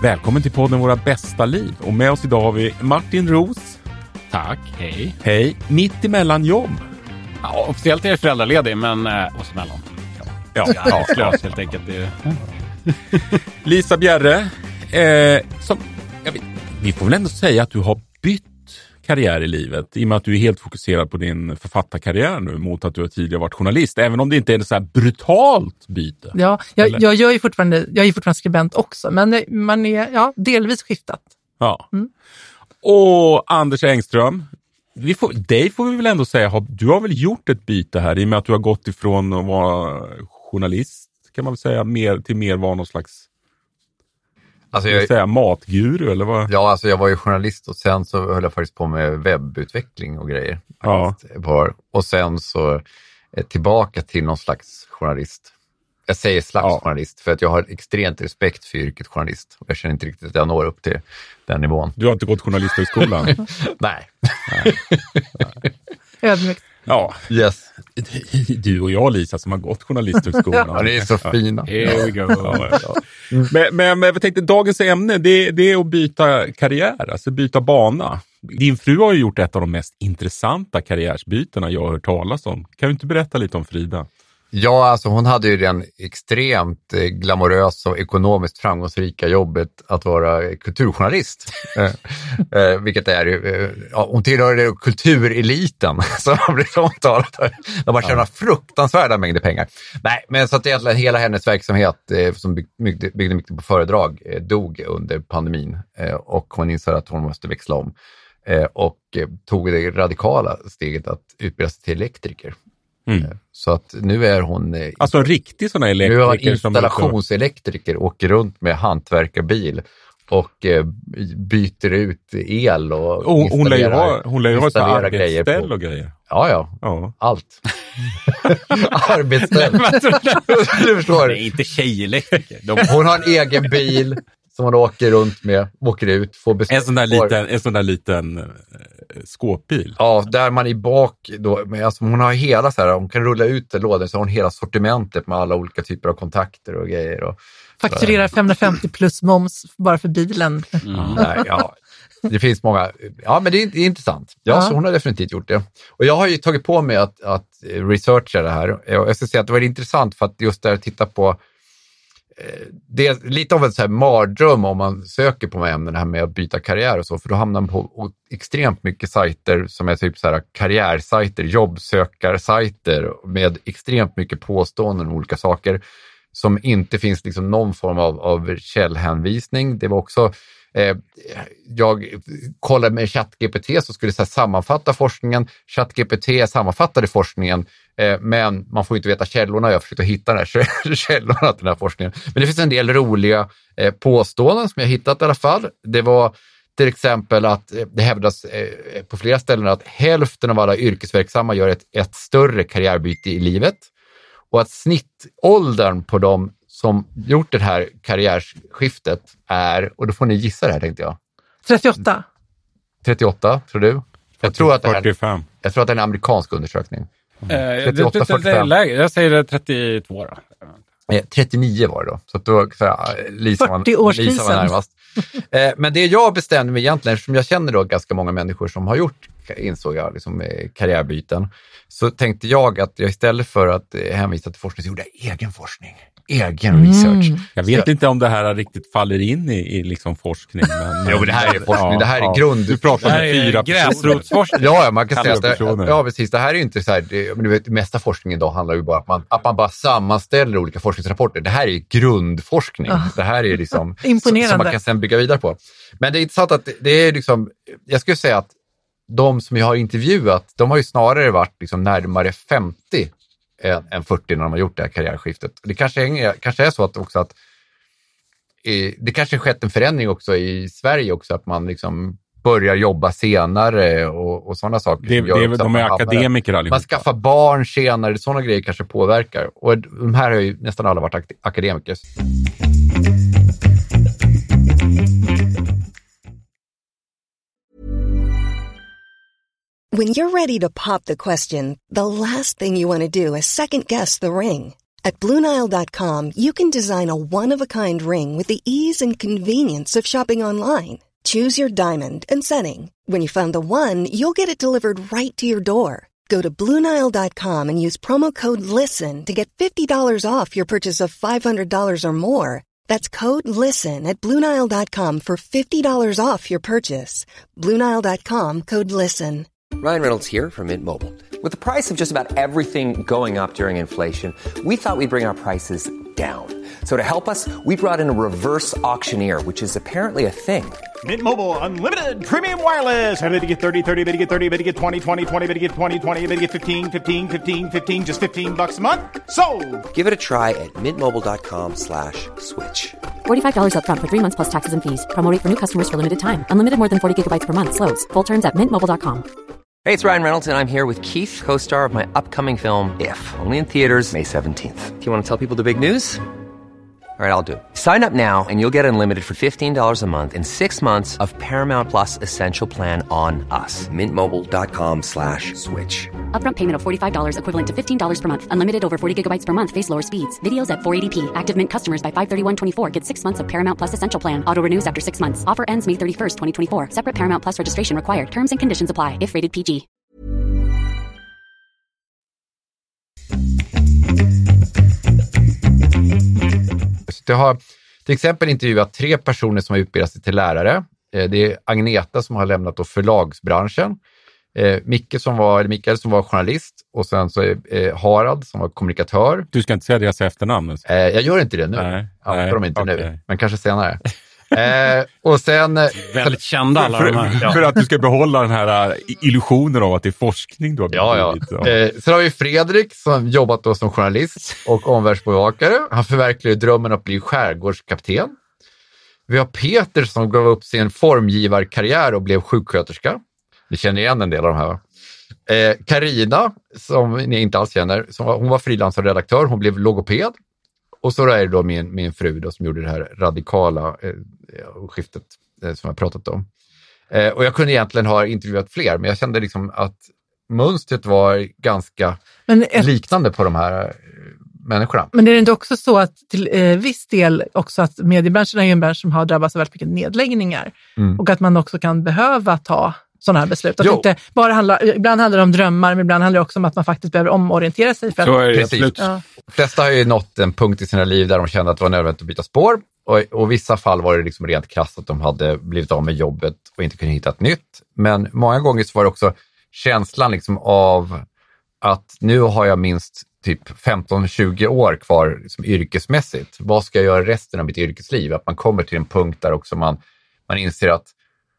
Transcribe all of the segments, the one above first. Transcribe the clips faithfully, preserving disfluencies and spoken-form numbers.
Välkommen till podden Våra bästa liv. Och med oss idag har vi Martin Ros. Tack, hej. Hej. Mitt emellan jobb. Ja, officiellt är jag föräldraledig, men äh, oss emellan. Ja, ja, ja slös helt enkelt. Det... Lisa Bjerre. Eh, som, jag vet, vi får väl ändå säga att du har bytt karriär i livet. I och med att du är helt fokuserad på din författarkarriär nu mot att du har tidigare varit journalist. Även om det inte är ett så här brutalt byte. Ja, jag, jag, gör ju fortfarande, jag är ju fortfarande skribent också. Men man är ja, delvis skiftat. Ja. Mm. Och Anders Engström. Vi får, dig får vi väl ändå säga, har, du har väl gjort ett byte här i och med att du har gått ifrån att vara journalist, kan man väl säga, mer, till mer vara någon slags alltså jag, säga, matguru eller vad? Ja, alltså jag var ju journalist och sen så höll jag faktiskt på med webbutveckling och grejer. Ja. Och sen så tillbaka till någon slags journalist. Jag säger slags ja. journalist för att jag har extremt respekt för yrket journalist. Och jag känner inte riktigt att jag når upp till den nivån. Du har inte gått journalisthögskolan? Nej. Nej. Ödmjukt. Ja, yes. Du och jag, Lisa, som har gått journalisthögskolan. Ja, det är så fina. Here we go. Ja, ja. Men, men, men jag tänkte, dagens ämne, det, det är att byta karriär, alltså byta bana. Din fru har ju gjort ett av de mest intressanta karriärsbytena jag har hört talas om. Kan du inte berätta lite om Frida? Ja, alltså hon hade ju den extremt eh, glamorös och ekonomiskt framgångsrika jobbet att vara kulturjournalist. eh, eh, vilket är, eh, ja, hon tillhör kultureliten som har blivit omtalat här. De har tjänat ja. fruktansvärda mängder pengar. Nej, men så att egentligen hela hennes verksamhet eh, som byggde, byggde mycket på föredrag eh, dog under pandemin. Eh, och hon insåg att hon måste växla om. Eh, och eh, tog det radikala steget att utbilda sig till elektriker. Mm. Så att nu är hon... Alltså en riktig sån här elektriker. Nu är hon installationselektriker, som åker runt med hantverkarbil och eh, byter ut el och oh, installerar, hon lär ju ha så arbetsställ och grejer. Ja, ja. ja. Allt. Arbetsställ. Du förstår. Det är inte tjejelektriker. De... Hon har en egen bil som hon åker runt med, åker ut, får beställa. En sån där liten, en sån där liten eh, skåpbil. Ja, där man i bak då, men alltså hon har hela så här, hon kan rulla ut lådan så har hon hela sortimentet med alla olika typer av kontakter och grejer. Och, fakturerar femhundrafemtio plus moms bara för bilen. Mm. Nej, ja. Det finns många, ja men det är, det är intressant. Ja, ja, så hon har definitivt gjort det. Och jag har ju tagit på mig att, att researcha det här. Jag ska säga att det var intressant för att just där titta på det är lite av en så här mardröm om man söker på ämnen här med att byta karriär och så, för då hamnar man på extremt mycket sajter som är typ så här karriärsajter, jobbsökarsajter med extremt mycket påståenden om olika saker som inte finns liksom någon form av, av källhänvisning. Det var också eh, jag kollade med ChatGPT så skulle det så här sammanfatta forskningen. ChatGPT sammanfattade forskningen. Men man får inte veta källorna. Jag försökte hitta den här källorna till den här forskningen. Men det finns en del roliga eh, påståenden som jag hittat i alla fall. Det var till exempel att eh, det hävdas eh, på flera ställen att hälften av alla yrkesverksamma gör ett, ett större karriärbyte i livet. Och att snittåldern på dem som gjort det här karriärskiftet är, och då får ni gissa det här tänkte jag. trettioåtta. trettioåtta, tror du? Jag tror att det här, fyrtiofem. Jag tror att det är en amerikansk undersökning. Mm. trettioåtta, fyrtiofem. Jag säger trettiotvå då. Eh, trettionio var det då. Så att då så här, Lisa, var, Lisa var närmast. eh, men det jag bestämde mig egentligen, eftersom jag känner då ganska många människor som har gjort, insåg jag, liksom, eh, karriärbyten, så tänkte jag att jag istället för att eh, hänvisa till forskning så gjorde jag egen forskning. Egen mm. research. Jag vet så, inte om det här riktigt faller in i, i liksom forskning. Men, jo, det här är forskning. Ja, det här är ja. grund. Du pratar med fyra gräsrotsforskning. Ja, man kan säga att det, ja, precis. Det här är ju inte så här, det, men du vet, mesta forskningen idag handlar ju bara om att man, att man bara sammanställer olika forskningsrapporter. Det här är ju grundforskning. Oh. Det här är liksom imponerande. Som man kan sen bygga vidare på. Men det är intressant att det är liksom, jag skulle säga att de som jag har intervjuat, de har ju snarare varit liksom närmare femtio än fyrtio när de har gjort det här karriärskiftet. Det kanske är, kanske är så att också att eh, det kanske har skett en förändring också i Sverige också, att man liksom börjar jobba senare och, och sådana saker. Det, det, de är akademiker allihopa. Man skaffar barn senare, sådana grejer kanske påverkar. Och de här har ju nästan alla varit ak- akademiker. When you're ready to pop the question, the last thing you want to do is second guess the ring. At Blue Nile dot com, you can design a one-of-a-kind ring with the ease and convenience of shopping online. Choose your diamond and setting. When you find the one, you'll get it delivered right to your door. Go to Blue Nile dot com and use promo code LISTEN to get fifty dollars off your purchase of five hundred dollars or more. That's code LISTEN at Blue Nile dot com for fifty dollars off your purchase. Blue Nile dot com, code LISTEN. Ryan Reynolds here from Mint Mobile. With the price of just about everything going up during inflation, we thought we'd bring our prices down. So to help us, we brought in a reverse auctioneer, which is apparently a thing. Mint Mobile Unlimited Premium Wireless. How to get thirty, thirty, how to get thirty, how to get twenty, twenty, twenty, how to get twenty, twenty, how to get fifteen, fifteen, fifteen, fifteen, just fifteen bucks a month? Sold! Give it a try at mintmobile.com slash switch. forty-five dollars up front for three months plus taxes and fees. Promo rate for new customers for limited time. Unlimited more than forty gigabytes per month. Slows full terms at mint mobile dot com. Hey, it's Ryan Reynolds, and I'm here with Keith, co-star of my upcoming film, If, only in theaters May seventeenth. Do you want to tell people the big news? All right, I'll do it. Sign up now and you'll get unlimited for fifteen dollars a month and six months of Paramount Plus Essential Plan on us. Mintmobile.com slash switch. Upfront payment of forty-five dollars equivalent to fifteen dollars per month. Unlimited over forty gigabytes per month. Face lower speeds. Videos at four eighty p. Active Mint customers by five thirty-one twenty-four get six months of Paramount Plus Essential Plan. Auto renews after six months. Offer ends May thirty-first, twenty twenty-four. Separate Paramount Plus registration required. Terms and conditions apply if rated P G. Jag har till exempel intervjuat tre personer som har utbildat sig till lärare. Det är Agneta som har lämnat då förlagsbranschen. Micke som var, eller Mikael som var journalist. Och sen så är Harald som var kommunikatör. Du ska inte säga deras efternamn? Jag gör inte det nu. Nej, jag nej, de inte okay. nu, men kanske senare. Eh, och sen väldigt kända alla för, de här. Ja. För att du ska behålla den här illusionen av att det är forskning du har ja, blivit. ja. Eh, sen har vi Fredrik som jobbat då som journalist och omvärldsbevakare. Han förverkligar drömmen att bli skärgårdskapten. Vi har Peter som gav upp sin formgivarkarriär och blev sjuksköterska. Ni känner igen en del av de här. Karina eh, som ni inte alls känner, som var, hon var frilansredaktör, hon blev logoped. Och så är det då min, min fru då, som gjorde det här radikala eh, skiftet eh, som jag pratat om. Eh, och jag kunde egentligen ha intervjuat fler, men jag kände liksom att mönstret var ganska men ett, liknande på de här eh, människorna. Men är det inte också så att till eh, viss del också att mediebranschen är ju en bransch som har drabbats av väldigt mycket nedläggningar mm. och att man också kan behöva ta sådana här beslut. Att inte bara handla, ibland handlar det om drömmar, men ibland handlar det också om att man faktiskt behöver omorientera sig. För att, så är det precis. Ja. De flesta har ju nått en punkt i sina liv där de kände att det var nödvändigt att byta spår. Och, och i vissa fall var det liksom rent krasst att de hade blivit av med jobbet och inte kunde hitta ett nytt. Men många gånger så var det också känslan liksom av att nu har jag minst typ femton till tjugo år kvar liksom yrkesmässigt. Vad ska jag göra resten av mitt yrkesliv? Att man kommer till en punkt där också man, man inser att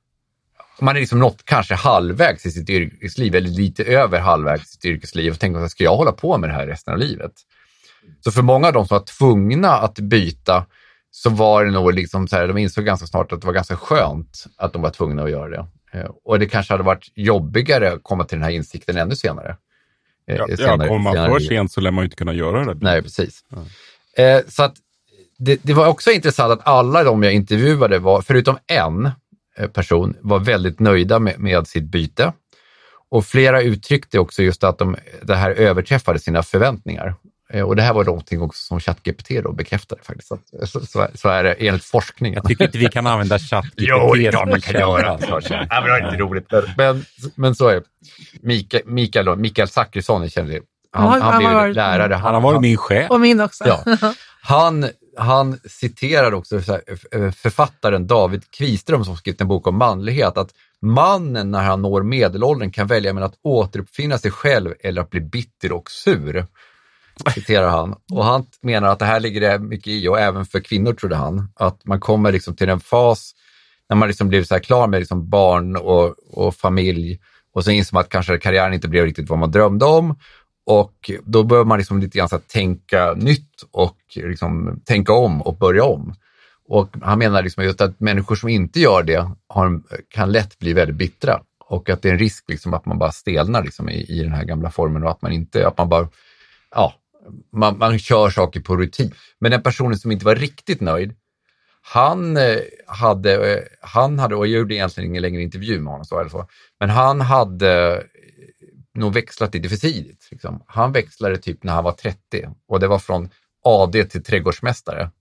man är liksom nått kanske halvvägs i sitt yrkesliv eller lite över halvvägs i sitt yrkesliv och tänker att ska jag hålla på med det här resten av livet? Så för många av dem som var tvungna att byta så var det nog liksom så här, de insåg ganska snart att det var ganska skönt att de var tvungna att göra det. Och det kanske hade varit jobbigare att komma till den här insikten ännu senare. Ja, senare, ja kommer man för sent så lär man ju inte kunna göra det. Nej, precis. Ja. Eh, så att det, det var också intressant att alla de jag intervjuade var, förutom en person, var väldigt nöjda med, med sitt byte. Och flera uttryckte också just att de, det här överträffade sina förväntningar. Och det här var någonting också som ChatGPT då bekräftade faktiskt. Så, så, så är det enligt forskningen. Jag tycker inte vi kan använda ChatGPT. Jo, ja, man kan göra det. Ja, men det är inte roligt. Men, men så är det. Mikael, Mikael, då, Mikael Zackrisson, känner det. Han, han, han blev varit, lärare. Han, han har varit han, min chef. Och min också. Ja. Han, han citerar också så här, författaren David Kviström som skrivit en bok om manlighet. Att mannen när han når medelåldern kan välja mellan att återuppfinna sig själv eller att bli bitter och sur. Citerar han. Och han menar att det här ligger det mycket i, och även för kvinnor trodde han, att man kommer liksom till en fas när man liksom blir så här klar med liksom barn och, och familj, och så inser man att kanske karriären inte blev riktigt vad man drömde om, och då bör man liksom lite grann så här tänka nytt och liksom tänka om och börja om. Och han menar liksom just att människor som inte gör det har, kan lätt bli väldigt bittra, och att det är en risk liksom att man bara stelnar liksom i, i den här gamla formen, och att man inte, att man bara ja, Man, man kör saker på rutin. Men den personen som inte var riktigt nöjd, han hade, han hade, och jag gjorde egentligen ingen längre intervju med honom, så eller så, men han hade nog växlat lite för tidigt. Liksom. Han växlade typ när han var trettio, och det var från A D till trädgårdsmästare.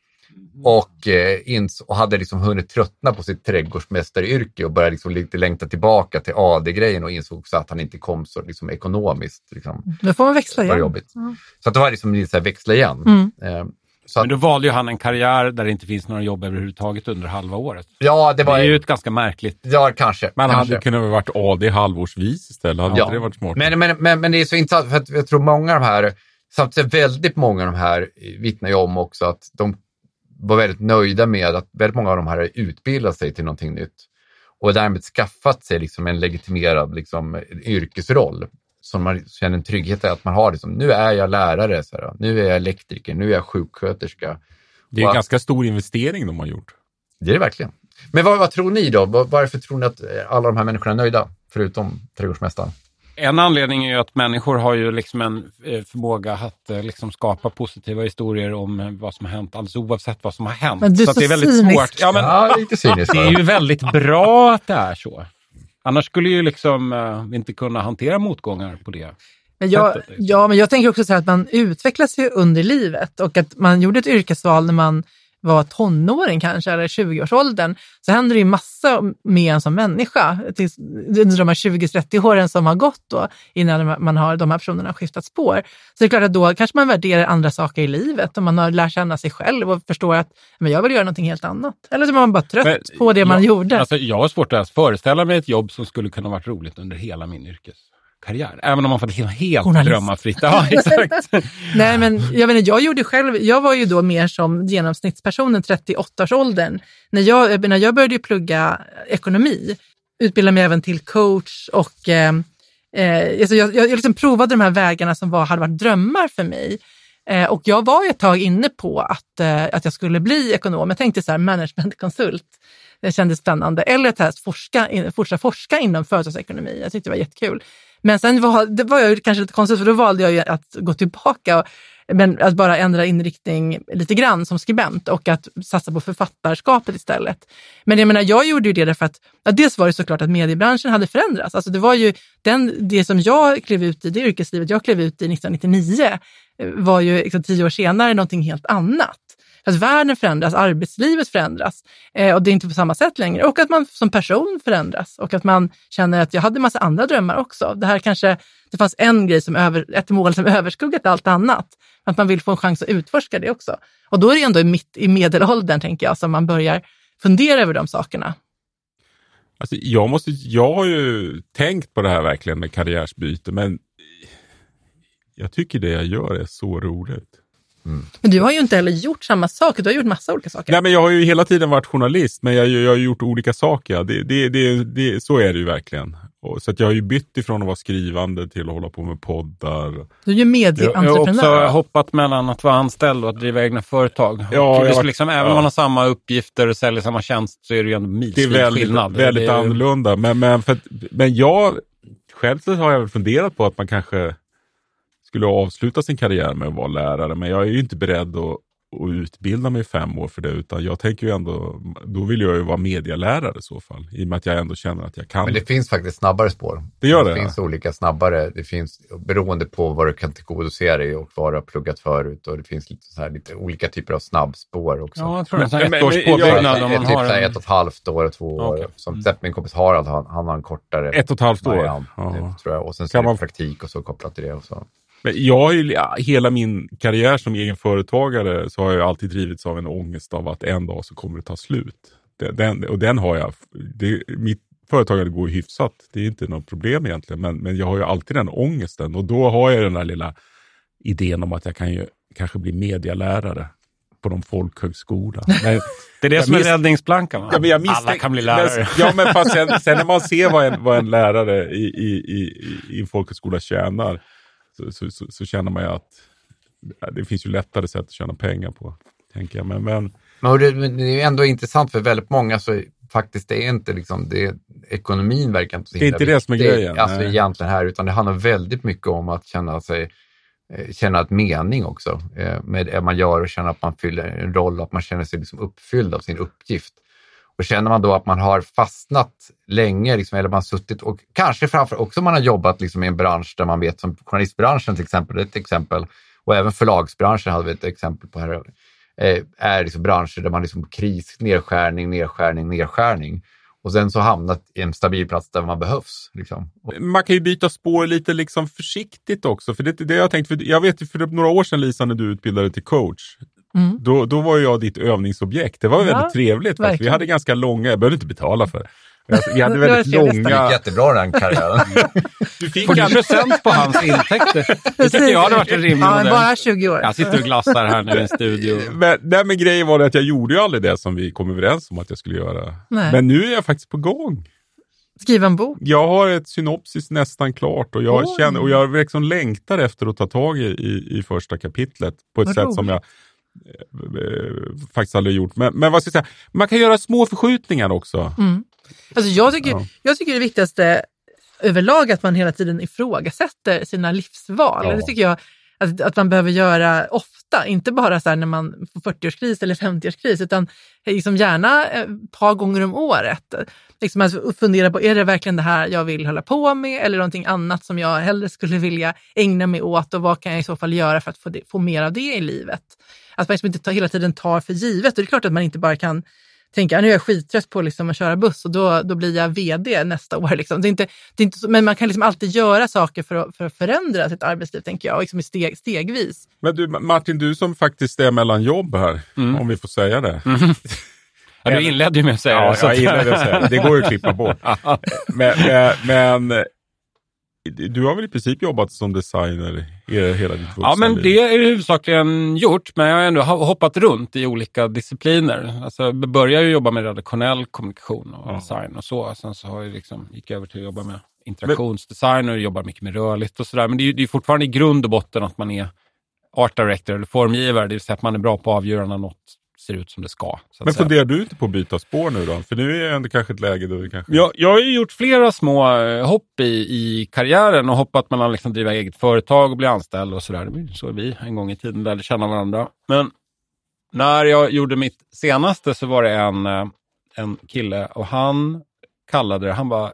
Och, eh, ins- och hade liksom hunnit tröttna på sitt trädgårdsmästaryrke och började liksom lite längta tillbaka till A D-grejen och insåg också att han inte kom så liksom, ekonomiskt. Liksom, Då får man växla igen. jobbigt. Mm. Så att det var liksom lite så här växla igen. Mm. Eh, så att, Men då valde ju han en karriär där det inte finns några jobb överhuvudtaget under halva året. ja, det var Det är ju ett ganska märkligt. Ja, kanske. Man kanske. hade kunnat varit A D halvårsvis istället. Hade Ja. inte det varit smart? Men, men, men, men det är så intressant för att jag tror många av de här, samtidigt väldigt många av de här vittnar ju om också att de var väldigt nöjda med att väldigt många av de här har utbildat sig till någonting nytt och därmed skaffat sig liksom en legitimerad liksom, yrkesroll som man känner en trygghet i att man har. Liksom, nu är jag lärare, så här, nu är jag elektriker, nu är jag sjuksköterska. Det är en och, ganska stor investering de har gjort. Det är det verkligen. Men vad, vad tror ni då? Var, varför tror ni att alla de här människorna är nöjda, förutom trädgårdsmästaren? En anledning är ju att människor har ju liksom en eh, förmåga att eh, liksom skapa positiva historier om eh, vad som har hänt, alldeles oavsett vad som har hänt. Men du är så att så det är väldigt cynisk. svårt. Ja, men, Ja, lite cyniskt. det är ju väldigt bra att det är så. Annars skulle ju liksom eh, inte kunna hantera motgångar på det. Men jag, sättet, liksom. ja, men jag tänker också så här att man utvecklas ju under livet och att man gjorde ett yrkesval när man var tonåring kanske, eller tjugoårsåldern, så händer det ju massa med en som människa. Tills, under de här tjugo till trettio åren som har gått då, innan man har, de här personerna skiftat spår. Så det är klart att då kanske man värderar andra saker i livet och man har lärt känna sig själv och förstår att men jag vill göra någonting helt annat. Eller så är man bara trött Men, på det man ja, gjorde. Alltså, jag har svårt att föreställa mig ett jobb som skulle kunna varit roligt under hela min yrkeskarriär. Även om man får helt, helt Journalist. drömmarfritt. Ja, exakt. Nej, men jag vet inte, jag gjorde själv, jag var ju då mer som genomsnittspersonen trettioåtta-årsåldern. När jag, när jag började plugga ekonomi, utbildade mig även till coach och eh, eh, alltså jag, jag liksom provade de här vägarna som var, hade varit drömmar för mig. Eh, och jag var ett tag inne på att, eh, att jag skulle bli ekonom. Jag tänkte så här, managementkonsult. Det kändes spännande. Eller att här, forska, fortsätta forska inom företagsekonomi. Jag tyckte det var jättekul. Men sen var det var jag kanske lite konstigt för då valde jag ju att gå tillbaka och, men att bara ändra inriktning lite grann som skribent och att satsa på författarskapet istället. Men jag menar, jag gjorde ju det därför att, att dels var det såklart att mediebranschen hade förändrats. Alltså det var ju den, det som jag klev ut i, det yrkeslivet jag klev ut i nittonhundranittionio var ju liksom, tio år senare någonting helt annat. Att världen förändras, arbetslivet förändras eh, och det är inte på samma sätt längre. Och att man som person förändras och att man känner att jag hade en massa andra drömmar också. Det här kanske, det fanns en grej som över, ett mål som överskuggat allt annat. Att man vill få en chans att utforska det också. Och då är det ändå mitt i medelåldern, tänker jag, som man börjar fundera över de sakerna. Alltså, jag, måste, jag har ju tänkt på det här verkligen med karriärsbyte, men jag tycker det jag gör är så roligt. Mm. Men du har ju inte heller gjort samma sak, du har gjort massa olika saker. Nej, men jag har ju hela tiden varit journalist, men jag, jag har gjort olika saker. Det, det, det, det, så är det ju verkligen. Och, så att jag har ju bytt ifrån att vara skrivande till att hålla på med poddar. Du är ju Jag medieentreprenör. har också hoppat mellan att vara anställd och att driva egna företag. Ja, och det jag var- liksom, även om ja. man har samma uppgifter och säljer samma tjänst så är det ju ändå Det är milsvid väldigt, skillnad. väldigt det är, annorlunda. Men, men, för att, men jag, själv så har jag väl funderat på att man kanske skulle avsluta sin karriär med att vara lärare. Men jag är ju inte beredd att, att utbilda mig i fem år för det. Utan jag tänker ju ändå, då vill jag ju vara medialärare i så fall. I och med att jag ändå känner att jag kan. Men det finns faktiskt snabbare spår. Det gör det, Det finns ja. olika snabbare. Det finns beroende på vad du kan tillgodose dig och vad du har pluggat förut. Och det finns lite, så här, lite olika typer av snabbspår också. Ja, jag tror det är en sån här Men- ett års men- jag- påbyggnad ett, om ett, man typ har så här en... ett och ett halvt år, två år. Okej. Som Mm. till min kompis Harald, han, han har en kortare Ett och ett halvt år. variant, Ja. det tror jag. Och sen så Kan är det man- praktik och så kopplat till det. Och så. Men jag har ju, ja, hela min karriär som egen företagare så har jag alltid drivits av en ångest av att en dag så kommer det ta slut. Den, den, och den har jag, det, mitt företagande går ju hyfsat, det är inte något problem egentligen, men, men jag har ju alltid den ångesten och då har jag den där lilla idén om att jag kan ju kanske bli medialärare på någon folkhögskola. Men, Det är det Jag som är mis- räddningsplankan, va? Ja, men jag Alla misstänk- kan bli lärare. Men, ja, men fast sen, sen när man ser vad en, vad en lärare i, i, i, i en folkhögskola tjänar så, så, så, så känner man ju att ja, det finns ju lättare sätt att tjäna pengar på, tänker jag. Men, men Men det, men det är ju ändå intressant för väldigt många så faktiskt det är inte liksom, det, ekonomin verkar inte så Det är himla inte det som är viktig, grejen, alltså nej. egentligen här, utan det handlar väldigt mycket om att känna sig eh, känna ett mening också eh, med det man gör och känna att man fyller en roll, att man känner sig liksom uppfylld av sin uppgift. Och känner man då att man har fastnat länge liksom, eller man suttit och kanske framför också man har jobbat liksom i en bransch där man vet, som journalistbranschen till exempel, ett exempel, Och även förlagsbranschen hade vi ett exempel på här. Eh, är liksom branscher där man liksom kris, nedskärning, nedskärning, nedskärning. Och sen så hamnat i en stabil plats där man behövs. Liksom. Man kan ju byta spår lite liksom försiktigt också. För det, det jag tänkt, för jag vet ju för några år sedan, Lisa, när du utbildade till coach. Mm. Då, då var jag ditt övningsobjekt. Det var väldigt ja, trevligt. Vi hade ganska långa, jag behövde inte betala för det. Vi hade väldigt långa... Det gick jättebra den karriären. Du fick en procent på hans intäkter. Det tycker jag hade varit en rimlig modell. Ja, bara tjugo år. Jag sitter och glassar här nu i en studio. Men, nej, men grejen var det att jag gjorde ju aldrig det som vi kom överens om att jag skulle göra. Nej. Men nu är jag faktiskt på gång. Skriva en bok? Jag har ett synopsis nästan klart och jag, känner, och jag liksom längtar efter att ta tag i, i, i första kapitlet på ett Vad sätt roligt. Som jag eh, faktiskt aldrig gjort. Men, men vad ska jag säga? Man kan göra små förskjutningar också. Mm. Alltså jag tycker, ja. jag tycker det viktigaste överlag att man hela tiden ifrågasätter sina livsval. Ja. Det tycker jag att, att man behöver göra ofta. Inte bara så här när man får fyrtioårskris eller femtioårskris, utan liksom gärna ett par gånger om året. Liksom att fundera på, är det verkligen det här jag vill hålla på med eller någonting annat som jag hellre skulle vilja ägna mig åt, och vad kan jag i så fall göra för att få, det, få mer av det i livet? Att man liksom inte tar, hela tiden tar för givet. Och det är klart att man inte bara kan tänka, nu är jag skittrött på liksom att köra buss och då, då blir jag vd nästa år. Liksom. Det är inte, det är inte så, men man kan liksom alltid göra saker för att, för att förändra sitt arbetsliv, tänker jag, och liksom steg, stegvis. Men du, Martin, du som faktiskt är mellan jobb här, mm. om vi får säga det. Mm. Ja, du inledde ju med att säga ja, det. Så jag inledde att säga det. Det går ju att klippa bort. men, men, men du har väl i princip jobbat som designer i hela ditt vuxna Ja, men liv? det är huvudsakligen gjort, men jag har ändå hoppat runt i olika discipliner. Alltså, jag började ju jobba med redaktionell kommunikation och ja. design och så. Sen så har jag liksom, gick jag över till att jobba med interaktionsdesign och jobbar mycket med rörligt och sådär. Men det är ju det är fortfarande i grund och botten att man är art director eller formgivare. Det vill säga att man är bra på att avgöra när något ser ut som det ska. Så men funderar du inte på att byta spår nu då? För nu är det ändå kanske ett läge då vi kanske... Jag, jag har ju gjort flera små hopp i, i karriären och hoppat mellan liksom driva eget företag och bli anställd och sådär. Så är vi en gång i tiden där det känner varandra. Men när jag gjorde mitt senaste så var det en, en kille och han kallade det, han var...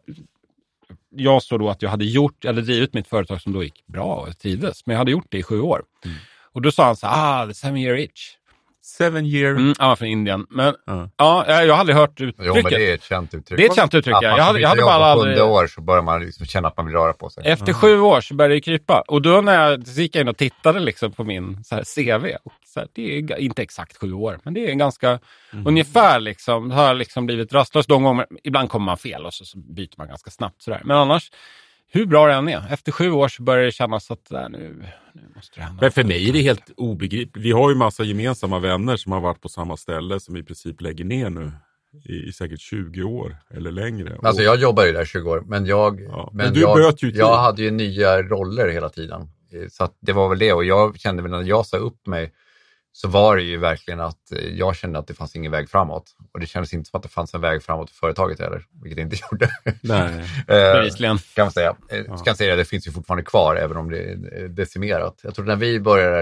Jag såg då att jag hade gjort, jag hade drivit mitt företag som då gick bra och trivdes, men jag hade gjort det i sju år. Mm. Och då sa han så ah, the seven year itch. Seven year... Mm, ja, från Indien. Men uh. ja, jag har aldrig hört uttrycket. Jo, men det är ett känt uttryck. Det är ett känt uttryck, ja. Jag hade, jag hade bara aldrig... På år så börjar man liksom känna att man vill röra på sig. Efter uh. sju år så började det krypa. Och då när jag så gick jag in och tittade liksom på min så här, C V. Och så här, det är inte exakt sju år, men det är en ganska... Mm. Ungefär liksom, har liksom blivit rastlös de gånger. Ibland kommer man fel och så, så byter man ganska snabbt. Sådär. Men annars... Hur bra det än är. Efter sju år så börjar det kännas att där, nu, nu måste det hända. Men för mig är det helt obegripligt. Vi har ju massa gemensamma vänner som har varit på samma ställe som i princip lägger ner nu i, i säkert tjugo år eller längre. Alltså jag jobbar ju där tjugo år, men jag, ja. men men du jag, ju jag hade ju nya roller hela tiden. Så att det var väl det, och jag kände väl när jag sa upp mig så var det ju verkligen att jag kände att det fanns ingen väg framåt. Och det kändes inte som att det fanns en väg framåt för företaget heller, vilket det inte gjorde. Nej, bevisligen. kan man säga. Ja. Kan säga att det finns ju fortfarande kvar, även om det är decimerat. Jag tror när vi började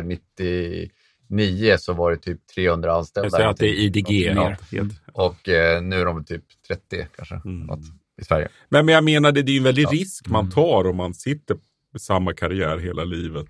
nittionio så var det typ trehundra anställda. Jag säger att det är I D G. Ja. Och eh, nu är de typ trettio kanske, mm. något, i Sverige. Men, men jag menar, det är ju en väldig ja. risk man tar om man sitter med samma karriär hela livet.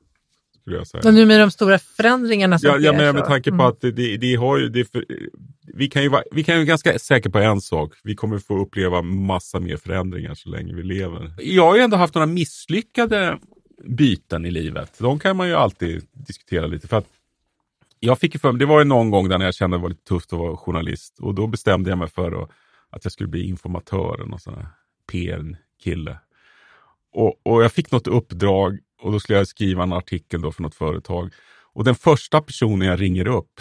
Men nu med de stora förändringarna som ja, sker, ja, men med tanke på mm. att det, det, det har ju det för, vi kan ju vara, vi kan ju ganska säkra på en sak. Vi kommer få uppleva massa mer förändringar så länge vi lever. Jag har ju ändå haft några misslyckade byten i livet. De kan man ju alltid diskutera lite, för att jag fick ju för mig, det var ju någon gång där när jag kände att det var lite tufft att vara journalist, och då bestämde jag mig för att, att jag skulle bli informatör och sån här P R-kille. Och, och jag fick något uppdrag. Och då skulle jag skriva en artikel då för något företag. Och den första personen jag ringer upp,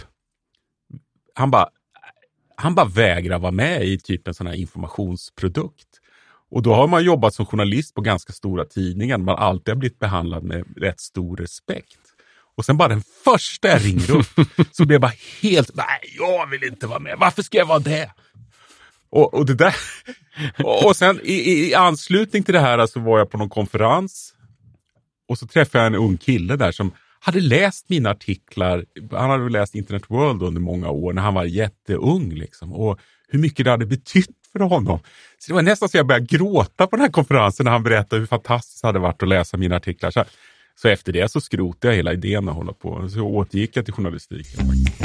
han bara han bara vägrar vara med i typ en sån här informationsprodukt. Och då har man jobbat som journalist på ganska stora tidningar. Man alltid har blivit behandlad med rätt stor respekt. Och sen bara den första jag ringer upp så blir jag bara helt, nej, jag vill inte vara med. Varför ska jag vara det? Och, och det där. Och sen i, i anslutning till det här så alltså, var jag på någon konferens. Och så träffade jag en ung kille där som hade läst mina artiklar. Han hade läst Internet World under många år när han var jätteung liksom. Och hur mycket det hade betytt för honom. Så det var nästan så jag började gråta på den här konferensen när han berättade hur fantastiskt det hade varit att läsa mina artiklar. Så, Så efter det så skrotade jag hela idén att hålla på. Så återgick jag till journalistiken.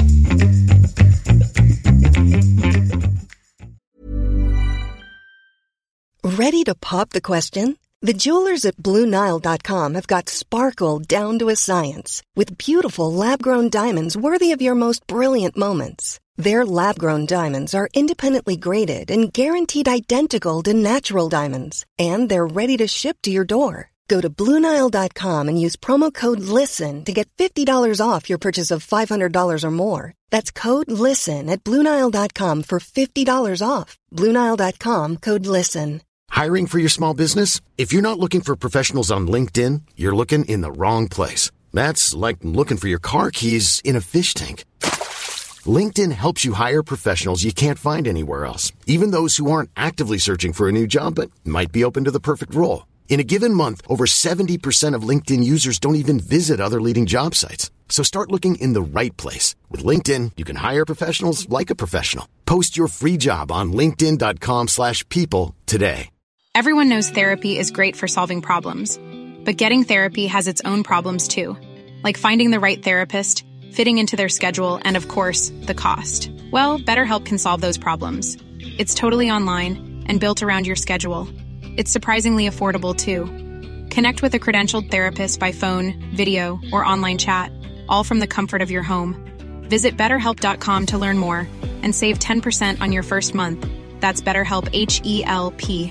Ready to pop the question? The jewelers at Blue Nile dot com have got sparkle down to a science with beautiful lab-grown diamonds worthy of your most brilliant moments. Their lab-grown diamonds are independently graded and guaranteed identical to natural diamonds, and they're ready to ship to your door. Go to Blue Nile dot com and use promo code LISTEN to get fifty dollars off your purchase of five hundred dollars or more. That's code LISTEN at Blue Nile dot com for fifty dollars off. Blue Nile dot com, code LISTEN. Hiring for your small business? If you're not looking for professionals on LinkedIn, you're looking in the wrong place. That's like looking for your car keys in a fish tank. LinkedIn helps you hire professionals you can't find anywhere else, even those who aren't actively searching for a new job but might be open to the perfect role. In a given month, over seventy percent of LinkedIn users don't even visit other leading job sites. So start looking in the right place. With LinkedIn, you can hire professionals like a professional. Post your free job on linkedin dot com slash people today. Everyone knows therapy is great for solving problems. But getting therapy has its own problems too. Like finding the right therapist, fitting into their schedule, and of course, the cost. Well, BetterHelp can solve those problems. It's totally online and built around your schedule. It's surprisingly affordable, too. Connect with a credentialed therapist by phone, video, or online chat, all from the comfort of your home. Visit better help dot com to learn more and save ten percent on your first month. That's BetterHelp, H E L P.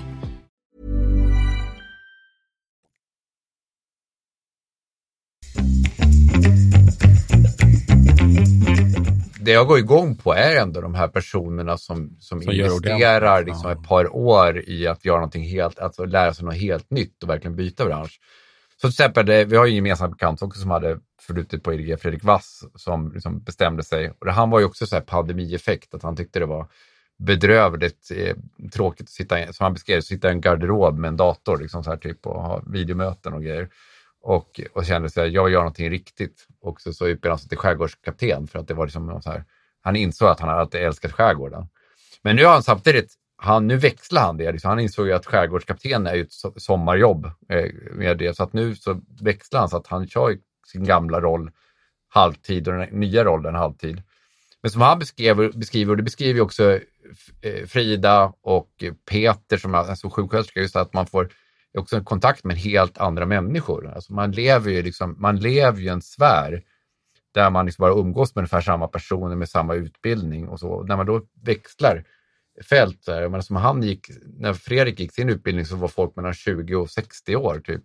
Det jag går igång på är ändå de här personerna som, som, som investerar liksom ett par år i att göra någonting helt, alltså lära sig något helt nytt och verkligen byta bransch. Så till exempel, det, vi har ju en gemensam bekant också som hade förlutit på I D G, Fredrik Wass, som liksom bestämde sig. Och det, han var ju också så här pandemieffekt, att han tyckte det var bedrövligt eh, tråkigt att sitta, som han beskrev, sitta i en garderob med en dator liksom så här typ och ha videomöten och grejer. Och, och kände sig, jag vill göra någonting riktigt. Och så, så utbildade han sig till skärgårdskapten för att det var liksom så här, han insåg att han alltid älskat skärgården. Men nu har han samtidigt, han, nu växlar han det. Liksom, han insåg ju att skärgårdskapten är ju ett sommarjobb eh, med det. Så att nu så växlar han så att han kör sin gamla roll halvtid och den nya rollen halvtid. Men som han beskriver, beskriver och det beskriver också eh, Frida och Peter som är alltså sjuksköterska, just att man får också en kontakt med helt andra människor. Alltså man lever ju liksom, man lever ju en sfär där man liksom bara umgås med ungefär samma personer med samma utbildning och så. När man då växlar fält där, men som han gick, när Fredrik gick sin utbildning så var folk mellan tjugo och sextio år typ.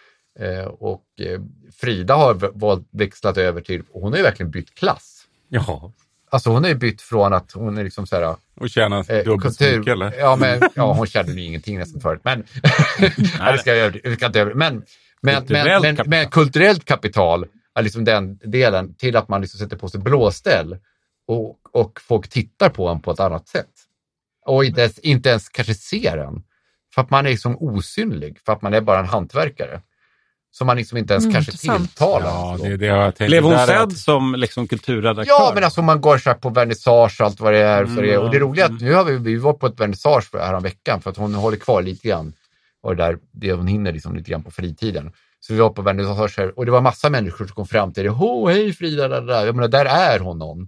Eh, och eh, Frida har valt växlat över till, hon har ju verkligen bytt klass. Ja. Alltså hon har ju bytt från att hon är liksom så här... Och tjänar eh, dubbelt mycket, eller? Ja, men ja, hon tjänade ju ingenting nästan förut. Men, nej, det ska jag, jag ska inte över. Men, men, men, men, men kulturellt kapital är liksom den delen till att man liksom sätter på sig blåställ och, och folk tittar på en på ett annat sätt. Och inte ens, inte ens kanske ser en. För att man är liksom osynlig. För att man är bara en hantverkare. Som man liksom inte ens mm, kanske tilltalar. Ja, det är det jag tänkte. Blev hon sedd att... som liksom kulturredaktör? Ja, men alltså man går så här på vernissage och allt vad det är. Mm, så det är. Och det är roligt att nu har vi, vi var på ett vernissage här om veckan för att hon håller kvar lite grann. Och det, där, det hon hinner liksom lite grann på fritiden. Så vi var på vernissage här och det var massa människor som kom fram till det. Åh, hej Frida, där, där. Jag menar, där är hon någon.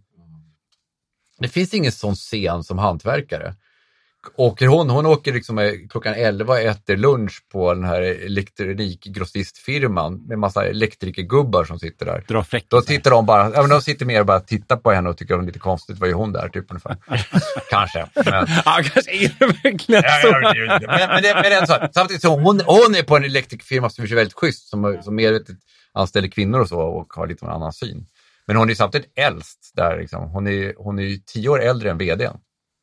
Det finns ingen sån scen som hantverkare. Och hon, hon åker liksom klockan elva och äter lunch på den här elektronikgrossistfirman med massa elektrikergubbar som sitter där. Dra fräck. Då tittar de bara, ja, men de sitter mer och bara tittar på henne och tycker de är lite konstigt. Vad är hon där? Typ ungefär. Kanske. Men... ja, kanske är det verkligen så. Ja, ja, men, men, det, men det är så. Samtidigt så hon, hon är på en elektrikerfirma som är väldigt schysst, som, som medvetet anställer kvinnor och så och har lite en annan syn. Men hon är samtidigt äldst där liksom. Hon är, hon är ju tio år äldre än vdn.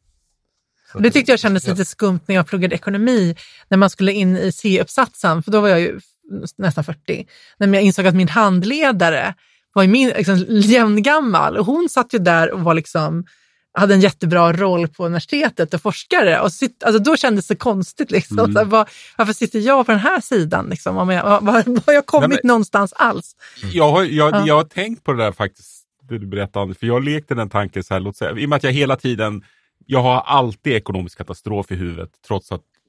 Det tyckte jag kändes lite skumt när jag pluggade ekonomi, när man skulle in i C-uppsatsen, för då var jag ju nästan fyrtio. När jag insåg att min handledare var ju min, liksom, jämngammal, och hon satt ju där och var liksom, hade en jättebra roll på universitetet och forskare. Och sitt, alltså då kändes det konstigt. Liksom. Mm. Så var, varför sitter jag på den här sidan? Liksom? Om jag, var, har jag kommit Nej, men, någonstans alls? Jag har, jag, ja. jag har tänkt på det där faktiskt, det du berättade. För jag lekte den tanken så här, låt säga, i och med att jag hela tiden... Jag har alltid ekonomisk katastrof i huvudet, trots att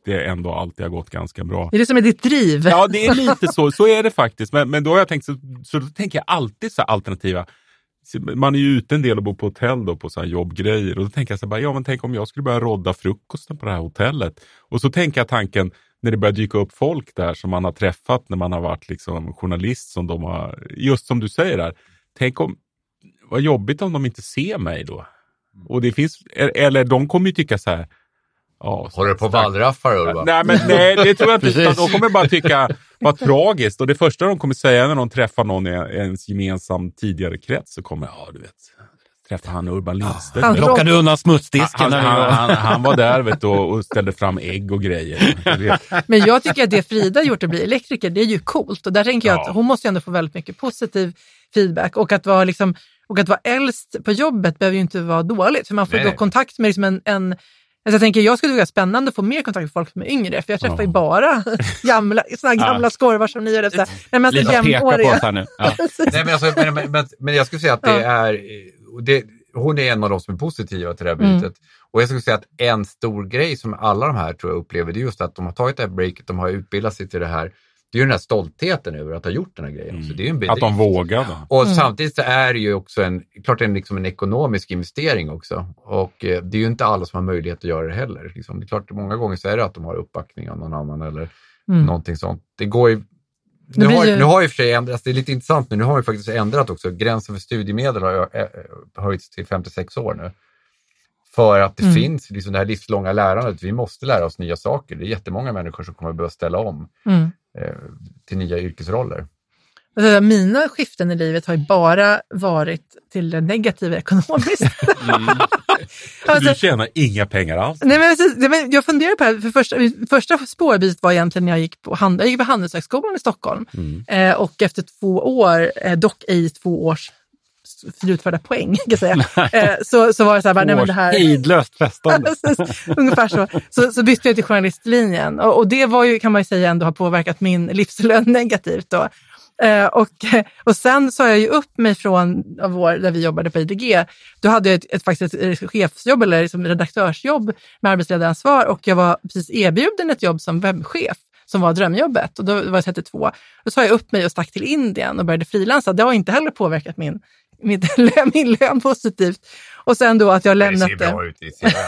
det ändå alltid har gått ganska bra. Det är det som är ditt driv. Ja, det är lite så. Så är det faktiskt. Men, men då har jag tänkt så, så då tänker jag alltid så alternativa. Man är ju ute en del och bor på hotell då på så här jobbgrejer. Och då tänker jag så här, ja men tänk om jag skulle börja rodda frukosten på det här hotellet. Och så tänker jag tanken när det börjar dyka upp folk där som man har träffat när man har varit liksom journalist som de har, just som du säger där. Tänk om, vad jobbigt om de inte ser mig då. Och det finns, eller de kommer ju tycka så här. Ja, håller du på vallraffar, Urban? Nej, men nej, det tror jag inte. De kommer bara tycka vad tragiskt. Och det första de kommer säga när de träffar någon i ens gemensam tidigare krets så kommer, ja du vet, träffa han Urban Lindstedt. Han plockade undan smutsdisken. Han, han, han, han var där vet du, och ställde fram ägg och grejer. Men jag tycker att det Frida gjort att bli elektriker, det är ju coolt. Och där tänker jag Ja. att hon måste ju ändå få väldigt mycket positiv feedback. Och att vara liksom, och att vara äldst på jobbet behöver ju inte vara dåligt. För man får Nej. då kontakt med liksom en, en alltså jag tänker, jag skulle tycka det är spännande att få mer kontakt med folk som är yngre. För jag träffar ju bara gamla, såna här gamla skorvar som ni gör efter. Nej, men Lite alltså peka på jämnåriga. oss här nu. Ja. Nej, men, alltså, men, men, men, men jag skulle säga att det Ja. är... Det, hon är en av de som är positiva till det här bytet. Mm. Och jag skulle säga att en stor grej som alla de här tror jag upplever, det är just att de har tagit det här breaket, de har utbildat sig till det här. Det är ju den här stoltheten över att ha gjort den här grejen. Mm. Så det är ju en Att bedrift. de vågade. Och Mm. samtidigt så är det ju också en, klart en, liksom en ekonomisk investering också. Och eh, det är ju inte alla som har möjlighet att göra det heller. Liksom. Det är klart, många gånger så är det att de har uppbackning av någon annan eller Mm. någonting sånt. Det går ju... Det Nu blir har, ju- nu har ju för sig ändrats, det är lite intressant nu, nu har vi faktiskt ändrat också. Gränsen för studiemedel har ju, äh, höjts till femtiosex år nu. För att det Mm. finns liksom det här livslånga lärandet. Vi måste lära oss nya saker. Det är jättemånga människor som kommer att behöva ställa om Mm. eh, till nya yrkesroller. Alltså, mina skiften i livet har ju bara varit till det negativa ekonomiskt. Mm. Alltså, Du tjänar inga pengar alls. nej, men, alltså, det- men jag funderar på det här, för första, första spårbytet var egentligen när jag gick på, hand, jag gick på Handelshögskolan i Stockholm. Mm. Eh, och efter två år, eh, dock i två års slutförda poäng, kan jag säga, eh, så, så var det så här, bara, nej men det här... Hejdlöst festande. Ungefär så. så. Så bytte jag till journalistlinjen. Och, och det var ju, kan man ju säga, ändå har påverkat min livslön negativt då. Eh, och, och sen sa jag ju upp mig från av vår, där vi jobbade på I D G. Då hade jag ett, ett, faktiskt ett chefsjobb eller liksom redaktörsjobb med arbetsledaransvar och jag var precis erbjuden ett jobb som webbchef som var drömjobbet och då var jag trettiotvå. Då sa jag upp mig och stack till Indien och började frilansa. Det har inte heller påverkat min, min, min lön positivt. Och sen då att jag lämnat Det ser bra ut i C V.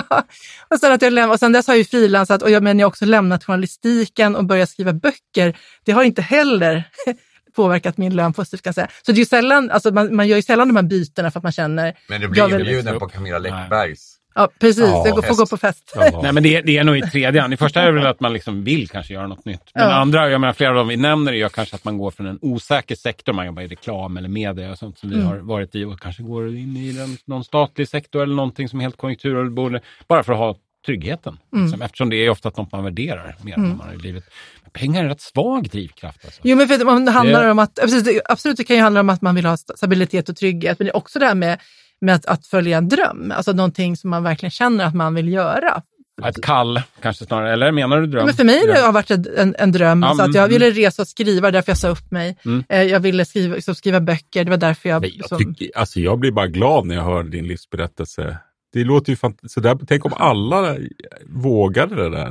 och, sen att jag läm- och sen dess har jag ju frilansat och jag, men jag har också lämnat journalistiken och börjat skriva böcker. Det har inte heller påverkat min lön positivt kan jag säga. Så det är ju sällan, alltså man, man gör ju sällan de här bytena för att man känner... Men du blir jag vill- inbjuden på Camilla Läckbergs. Ja, precis. Ja, jag går- får fest. gå på fest. Ja. Nej, men det, det är nog i tredje. I första är det väl att man liksom vill kanske göra något nytt. Men Ja. andra, jag menar flera av dem vi nämner, är ju kanske att man går från en osäker sektor, man jobbar i reklam eller media och sånt som vi Mm. har varit i och kanske går in i den, någon statlig sektor eller någonting som är helt konjunkturberoende, bara för att ha tryggheten. Mm. Liksom, eftersom det är ofta något man värderar mer än vad man har i livet. Men pengar är en rätt svag drivkraft. Alltså. Jo, men för att det handlar Det- om att, precis, det, absolut det kan ju handla om att man vill ha stabilitet och trygghet, men det är också det här med, med att, att följa en dröm, alltså någonting som man verkligen känner att man vill göra. Ett kall kanske snarare, eller menar du dröm? Men för mig dröm. det har varit en, en dröm, Ja, så att mm, jag ville resa och skriva, därför jag sa upp mig. Mm. Eh, Jag ville skriva, liksom, skriva böcker, det var därför jag... Nej, jag, som- tycker, alltså jag blir bara glad när jag hör din livsberättelse. Det låter ju fant- så där, tänk om alla vågade det där.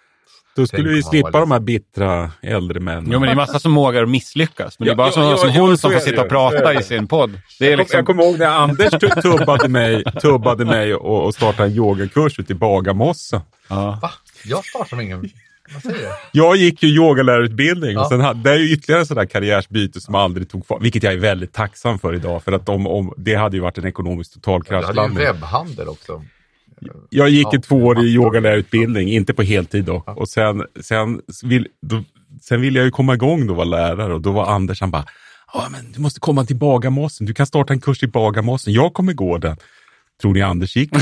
Då skulle Tänk vi om man slippa var de här bittra äldre männen. Jo, men det är massa som vågar misslyckas. Men det är Ja, bara ja, som, ja, som ja, hon så som är får det sitta och ju. Så är prata det. i sin podd. Det är Jag, kom, liksom... jag kommer ihåg när Anders tu- tubbade mig, tubbade mig och, och startade en yogakurs ute i Bagarmossen. Ja. Va? Jag startar med ingen... Vad säger du? Jag gick ju yogalärarutbildning och Ja. sen hade, det är ju ytterligare sådär karriärsbyte som aldrig tog fart, vilket jag är väldigt tacksam för idag, för att om, om, det hade ju varit en ekonomisk Du hade ju totalkraschlandning. webbhandel också. Jag gick Ja. en tvåårig yogalärarutbildning, inte på heltid dock. Och sen, sen, vill, då, sen ville jag ju komma igång då och vara lärare och då var Anders, han bara, ja men du måste komma till Bagarmossen, du kan starta en kurs i Bagarmossen, jag kommer gå den. Tror ni Anders gick?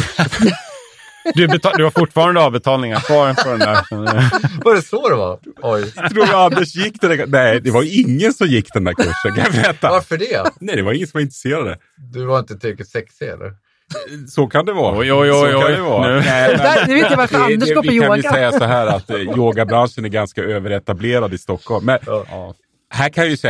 Du, betal- du har fortfarande avbetalningar kvar på den där. Var det så det var? Oj. Tror du Anders gick den där? Nej, det var ingen som gick den där kursen, kan jag berätta. Varför det? Nej, det var ingen som var intresserad. Du var inte tillräckligt sexig eller? Så kan det vara. Oj, oj, oj, Så kan oj. det vara. Nu. Nej, men- Där, nu vet jag varför Det- Anders det- går på vi kan yoga. ju säga så här att eh, yogabranschen är ganska överetablerad i Stockholm. Men Ja. här kan jag ju säga att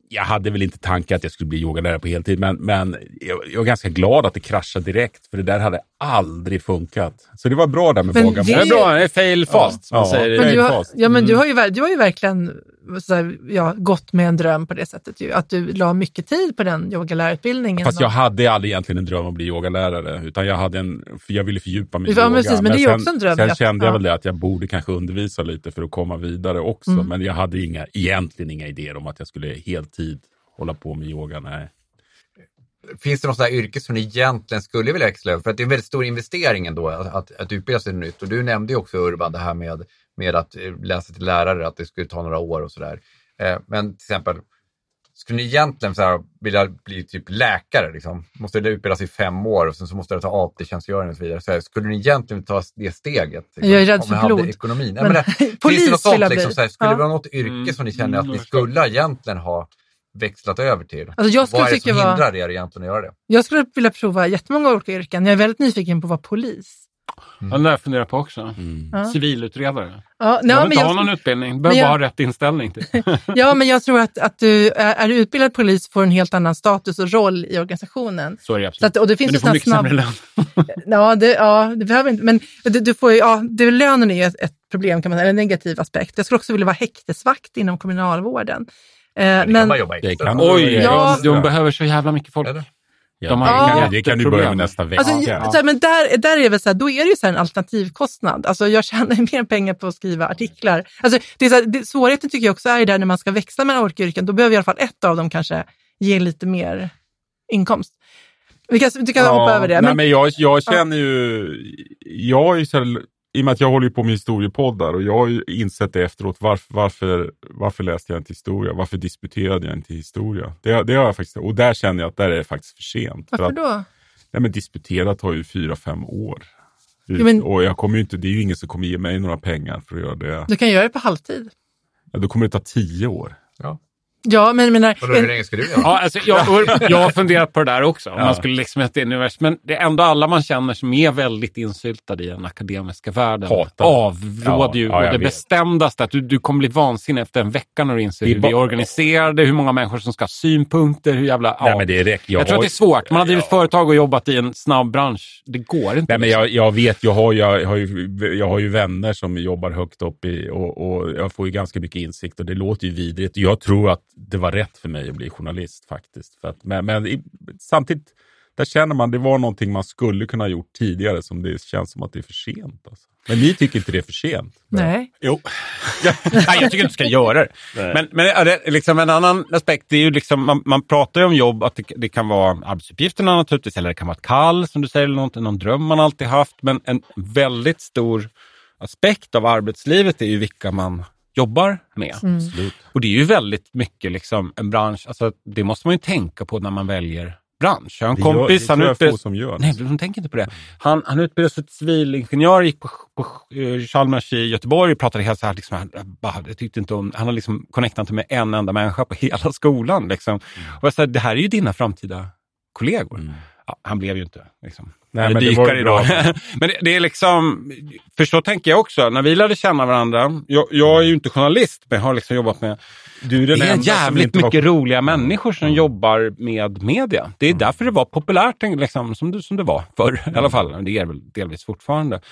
jag hade väl inte tanken att jag skulle bli yogalärare på heltid, men, men jag, jag är ganska glad att det kraschade direkt, för det där hade aldrig funkat. Så det var bra där med Baga. Det är bra, det är fail fast. Ja, ja. Men du har, ja, men du har ju, du har ju verkligen så här, ja, gått med en dröm på det sättet. Ju, att du la mycket tid på den yogalärarutbildningen. Fast jag hade aldrig egentligen en dröm om att bli yogalärare, utan jag hade en, för jag ville fördjupa mig i ja, yoga. Precis, men, men det är ju också en dröm. Sen att, kände jag ja. väl det att jag borde kanske undervisa lite för att komma vidare också. Mm. Men jag hade inga, egentligen inga idéer om att jag skulle heltid hålla på med yoga, nej. Finns det något sådant här yrke som ni egentligen skulle vilja växla över? För att det är en väldigt stor investering ändå att, att, att utbilda sig nytt. Och du nämnde ju också, Urban, det här med, med att läsa till lärare, att det skulle ta några år och sådär. Eh, men till exempel, skulle ni egentligen så här, vilja bli typ läkare? Liksom? Måste det utbildas i fem år och sen så måste det ta A T-tjänstgöring och så vidare. Så här, skulle ni egentligen ta det steget? Liksom, jag är rädd för blod. Ekonomin? Men, men det, finns det något sånt, liksom, så här, skulle ja. det vara något yrke mm. som ni känner att ni skulle egentligen ha växlat över till? Alltså jag vad är det som var... hindrar er egentligen att göra det? Jag skulle vilja prova jättemånga olika yrken. Jag är väldigt nyfiken på att vara polis. Mm. Ja, det där jag funderar på också. Mm. Ja. Civilutredare. Ja, nej, jag vill inte jag... ha någon utbildning. Du behöver jag... bara ha rätt inställning till. Ja, men jag tror att, att du är, är du utbildad polis får en helt annan status och roll i organisationen. Så är det absolut. Så att, och det finns men du får mycket snabb... sämre lön. ja, det, ja, det behöver inte. Men du, du får ju, ja, det, lönen är ju ett, ett problem, kan man säga, en negativ aspekt. Jag skulle också vilja vara häktesvakt inom kriminalvården. Eh, men kan man jobba i. Oj, ja, de, de behöver så jävla mycket folk. Ja, de har ja, det kan du börja med nästa vecka. Alltså, ja. så, men där, där är det väl så här, då är det ju så här en alternativkostnad. Alltså jag tjänar mer pengar på att skriva artiklar. Alltså, det är så här, det, svårigheten tycker jag också är där när man ska växla mellan olika yrken. Då behöver i alla fall ett av dem kanske ge lite mer inkomst. Vi kan, du kan ja, hoppa över det. Nej, men, men jag, jag känner ja. ju... Jag är så här, i och med att jag håller på med historiepoddar och jag har ju insett det efteråt. Varför, varför, varför läste jag inte historia? Varför disputerade jag inte historia? Det, det har jag faktiskt, och där känner jag att där är det faktiskt för sent. Varför för att, då? Nej, men disputera tar ju fyra, fem år. Ja, men, och jag kommer ju inte, det är ju ingen som kommer ge mig några pengar för att göra det. Du kan göra det på halvtid. Ja, då kommer det ta tio år. Ja. Ja, men menar... Och då, hur länge ska du göra? Ja, alltså, jag, jag har funderat på det där också. Om ja. man skulle liksom ett univers, men det är ändå alla man känner som är väldigt insyltade i den akademiska världen. Hatar. Avråder ju. Ja, ja, och det vet. bestämdaste att du, du kommer bli vansinnig efter en vecka när du inser hur bara... vi organiserade, hur många människor som ska ha synpunkter, hur jävla... Nej, ja. men det är rätt. Jag, jag tror har... att det är svårt. Man har drivit ja. företag och jobbat i en snabb bransch. Det går inte. Nej, men jag, jag vet, jag har, jag, har ju, jag har ju vänner som jobbar högt upp i och, och jag får ju ganska mycket insikt och det låter ju vidrigt. Jag tror att det var rätt för mig att bli journalist faktiskt. För att, men, men i, samtidigt, där känner man det var någonting man skulle kunna ha gjort tidigare som det känns som att det är för sent. Alltså. Men ni tycker inte det är för sent? Nej. Jo. Nej, jag tycker inte du ska göra det. Nej. Men, men är det liksom en annan aspekt, det är ju liksom, man, man pratar ju om jobb, att det, det kan vara arbetsuppgifterna naturligtvis, eller det kan vara ett kall som du säger, eller något, någon dröm man alltid haft. Men en väldigt stor aspekt av arbetslivet är ju vilka man jobbar med. Mm. Och det är ju väldigt mycket liksom en bransch, alltså det måste man ju tänka på när man väljer bransch. Jag har en det kompis, gör, det han utbildar... som gör. Nej, de tänker inte på det. Han, han utbildade sig till civilingenjör, gick på, på uh, Chalmers i Göteborg och pratade helt så här, liksom, han, bara, jag tyckte inte om, han har liksom connectat inte med en enda människa på hela skolan. Liksom. Mm. Och jag sa, det här är ju dina framtida kollegor. Mm. Ja, han blev ju inte liksom. Nej, men dykar idag. Men det, det är liksom, för så tänker jag också, när vi lärde känna varandra, jag, jag är ju inte journalist, men jag har liksom jobbat med, du är den det är jävligt mycket var... roliga människor som mm. jobbar med media. Det är mm. därför det var populärt liksom, som, det, som det var förr, mm. i alla fall. Det är väl delvis fortfarande.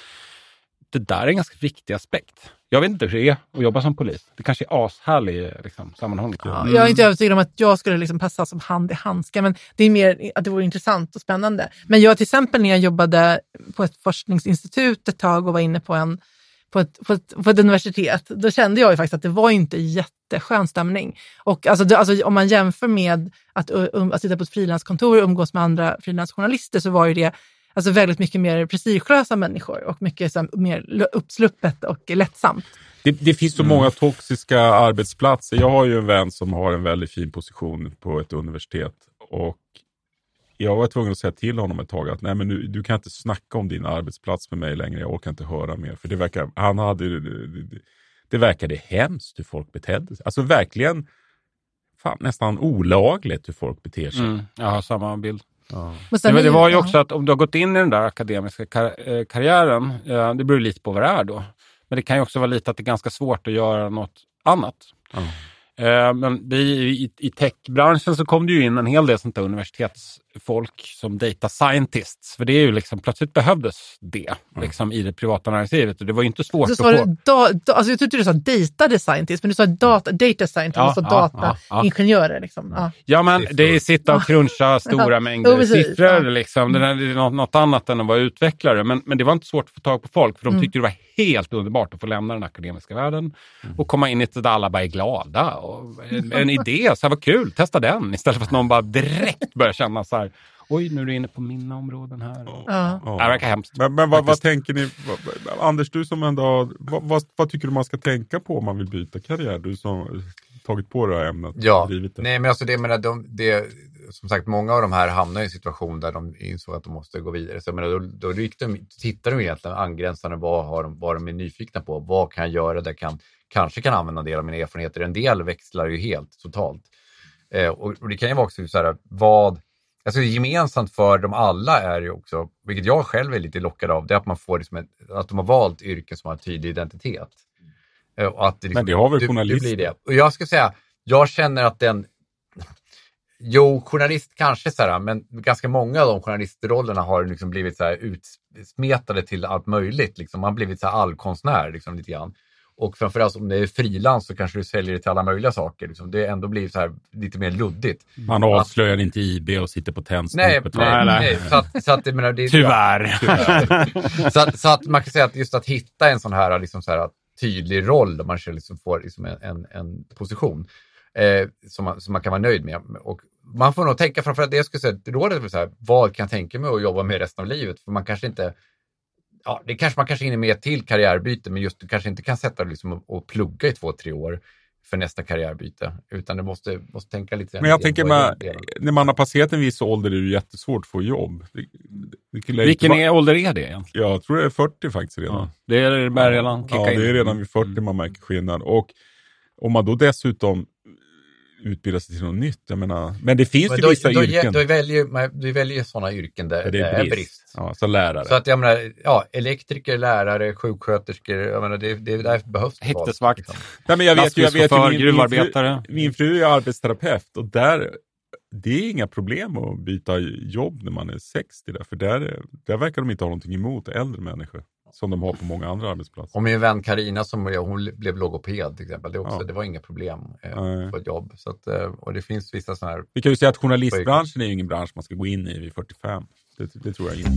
Det där är en ganska viktig aspekt. Jag vet inte hur det är att jobba som polis. Det kanske är ashärlig liksom, sammanhang. Ja, jag är inte övertygad om att jag skulle liksom passa som hand i handska, men det är mer att det vore intressant och spännande. Men jag till exempel när jag jobbade på ett forskningsinstitut ett tag och var inne på, en, på, ett, på, ett, på ett universitet, då kände jag ju faktiskt att det var inte jätteskön stämning. Och alltså, det, alltså, om man jämför med att, um, att sitta på ett frilanskontor och umgås med andra frilansjournalister så var ju det alltså väldigt mycket mer prestigelösa människor och mycket så, mer uppsluppet och lättsamt. Det, det finns så mm. många toxiska arbetsplatser. Jag har ju en vän som har en väldigt fin position på ett universitet och jag var tvungen att säga till honom ett tag att nej, men nu, du kan inte snacka om din arbetsplats med mig längre. Jag orkar inte höra mer. För det verkar, han hade, det, det verkade hemskt hur folk betedde sig. Alltså verkligen fan, nästan olagligt hur folk beter sig. Mm, jag har samma bild. Ja. Men det var ju också att om du har gått in i den där akademiska kar- karriären, det beror lite på vad det är då. Men det kan ju också vara lite att det är ganska svårt att göra något annat. Eh, men vi, i, i techbranschen så kom det ju in en hel del sånt där universitetsfolk som data scientists. För det är ju liksom, plötsligt behövdes det mm. liksom, i det privata näringslivet. Och det var ju inte svårt så att få. Du, da, da, alltså jag tyckte du sa data scientist, men du sa data, data scientist, ja, alltså ja, dataingenjörer. Ja, liksom. ja. ja, men det är sitta och cruncha stora ja. mängder oh, siffror. Ja. Liksom. Det är något, något annat än att vara utvecklare. Men, men det var inte svårt att få tag på folk, för de tyckte mm. det var helt underbart att få lämna den akademiska världen mm. och komma in i ett där alla bara är glada. Och en, en idé, så här, vad kul, testa den. Istället för att någon bara direkt börjar känna så här, oj, nu är du inne på mina områden här. Ja. Ja. Det verkar hemskt. Men, men vad, vad tänker ni, vad, Anders, du som ändå, vad, vad, vad tycker du man ska tänka på om man vill byta karriär? Du som tagit på det här ämnet. Ja, det. nej men alltså det, menar, de, det, som sagt, många av de här hamnar i en situation där de insåg att de måste gå vidare. Så menar, då, då gick de, tittar de egentligen angränsande, vad, har de, vad de är nyfikna på, vad kan jag göra där kan, kanske kan använda en del av mina erfarenheter. En del växlar ju helt, totalt. Eh, och, och det kan ju vara också så här, vad, alltså gemensamt för dem alla är ju också, vilket jag själv är lite lockad av, det är att man får liksom ett, att de har valt yrken som har en tydlig identitet. Eh, och att det liksom, men det har väl journalister? Det blir det. Och jag ska säga, jag känner att den, jo, journalist kanske så här, men ganska många av de journalistrollerna har liksom blivit så här utsmetade till allt möjligt. Liksom. Man har blivit så här allkonstnär liksom, lite grann. Och framförallt om det är frilans så kanske du säljer det till alla möjliga saker. Liksom. Det ändå blir så här lite mer luddigt. Man avslöjar att, inte I B och sitter på tändståpet. Nej, nej, nej. Så att, så att, jag menar, det är tyvärr. tyvärr. så, att, så att man kan säga att just att hitta en sån här, liksom så här tydlig roll där man liksom får liksom en, en, en position eh, som, man, som man kan vara nöjd med. Och man får nog tänka framförallt det jag skulle säga, rådet är så här, vad kan jag tänka mig att jobba med resten av livet? För man kanske inte, ja, det kanske man kanske hinner med till karriärbyte, men just du kanske inte kan sätta dig liksom och, och plugga i två, tre år för nästa karriärbyte, utan du måste, måste tänka lite. Men jag tänker, man, när man har passerat en viss ålder är det jättesvårt att få jobb. Det, det, det Vilken är, ålder är det egentligen? Jag tror det är fyrtio faktiskt redan. Ja, det är det bara redan kicka ja, in. det är redan vid fyrtio man märker skillnad. Och om man då dessutom utbilda sig till något nytt. Jag menar, men det finns men ju då, vissa då, yrken. Då väljer, du väljer sådana yrken där det är brist. Är brist. Ja, så lärare. Så att jag menar, ja, elektriker, lärare, sjuksköterskor, jag menar, det, det där behövs. Häktesvakt. Liksom. Nej, men jag vet ju, jag vet ju min, gruvarbetare. Min fru, min fru är arbetsterapeut och där, det är inga problem att byta jobb när man är sextio där, för där, där verkar de inte ha någonting emot äldre människor. Som de har på många andra arbetsplatser. Och min vän Karina som hon blev logoped till exempel. Det, också, ja. det var inga problem eh, på ett jobb. Så att, eh, och det finns vissa sådana här... Vi kan ju säga att journalistbranschen är ju ingen bransch man ska gå in i vid fyrtiofem. Det, det tror jag inte.